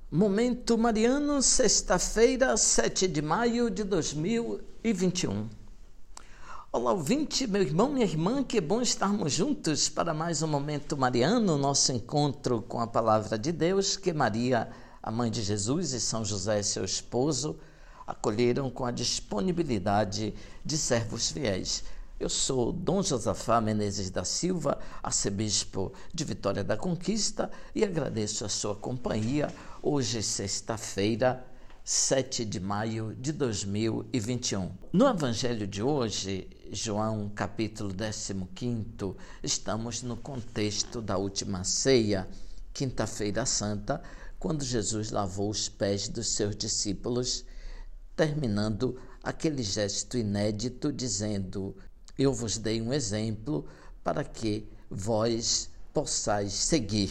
Momento Mariano, sexta-feira, 7 de maio de 2021. Olá, ouvinte, meu irmão, minha irmã, que bom estarmos juntos para mais um Momento Mariano, nosso encontro com a Palavra de Deus, que Maria, a mãe de Jesus, e São José, seu esposo, acolheram com a disponibilidade de servos fiéis. Eu sou Dom Josafá Menezes da Silva, arcebispo de Vitória da Conquista, e agradeço a sua companhia hoje, sexta-feira, 7 de maio de 2021. No Evangelho de hoje, João capítulo 15, estamos no contexto da última ceia, quinta-feira santa, quando Jesus lavou os pés dos seus discípulos, terminando aquele gesto inédito, dizendo: eu vos dei um exemplo para que vós possais seguir.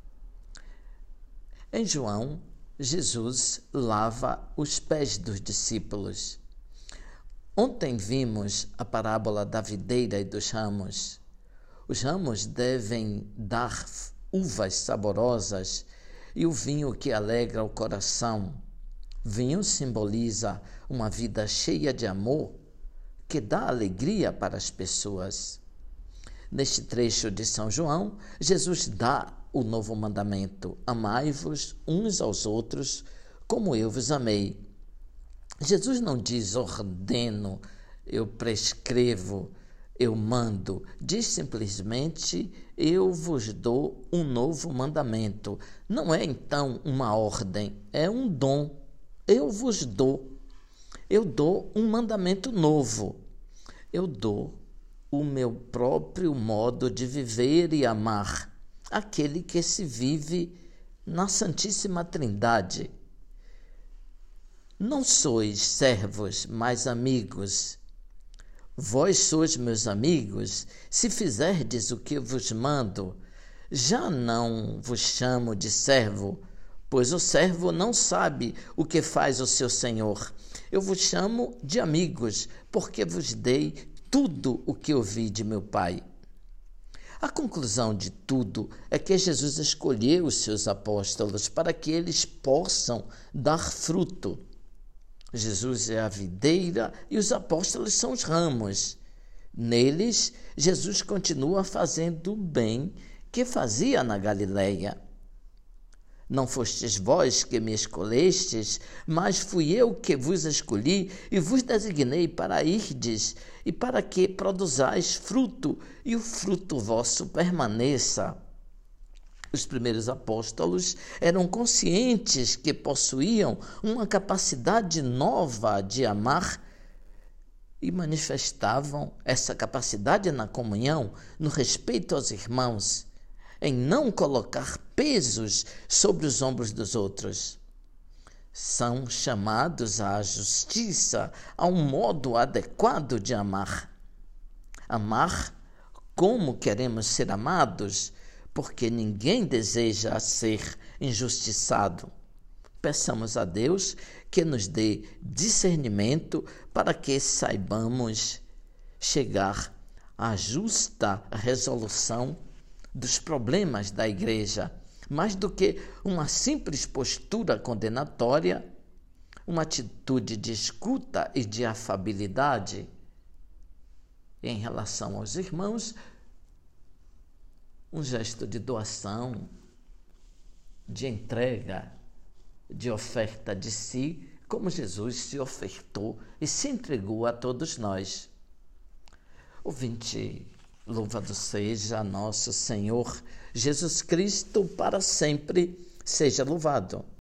Em João, Jesus lava os pés dos discípulos. Ontem vimos a parábola da videira e dos ramos. Os ramos devem dar uvas saborosas e o vinho que alegra o coração. Vinho simboliza uma vida cheia de amor, que dá alegria para as pessoas. Neste trecho de São João, Jesus dá o novo mandamento: amai-vos uns aos outros como eu vos amei. Jesus não diz ordeno, eu prescrevo, eu mando. Diz simplesmente: eu vos dou um novo mandamento. Não é então uma ordem, é um dom. Eu vos dou. Eu dou um mandamento novo. Eu dou o meu próprio modo de viver e amar, aquele que se vive na Santíssima Trindade. Não sois servos, mas amigos. Vós sois meus amigos, se fizerdes o que vos mando. Já não vos chamo de servo, pois o servo não sabe o que faz o seu senhor. Eu vos chamo de amigos, porque vos dei tudo o que ouvi de meu Pai. A conclusão de tudo é que Jesus escolheu os seus apóstolos para que eles possam dar fruto. Jesus é a videira e os apóstolos são os ramos. Neles, Jesus continua fazendo o bem que fazia na Galileia. Não fostes vós que me escolhestes, mas fui eu que vos escolhi e vos designei para irdes e para que produzais fruto e o fruto vosso permaneça. Os primeiros apóstolos eram conscientes que possuíam uma capacidade nova de amar e manifestavam essa capacidade na comunhão, no respeito aos irmãos, em não colocar pesos sobre os ombros dos outros. São chamados à justiça, a um modo adequado de amar. Amar como queremos ser amados, porque ninguém deseja ser injustiçado. Peçamos a Deus que nos dê discernimento para que saibamos chegar à justa resolução dos problemas da igreja, mais do que uma simples postura condenatória, uma atitude de escuta e de afabilidade. Em relação aos irmãos, um gesto de doação, de entrega, de oferta de si, como Jesus se ofertou e se entregou a todos nós. Ouvinte, louvado seja nosso Senhor Jesus Cristo, para sempre seja louvado.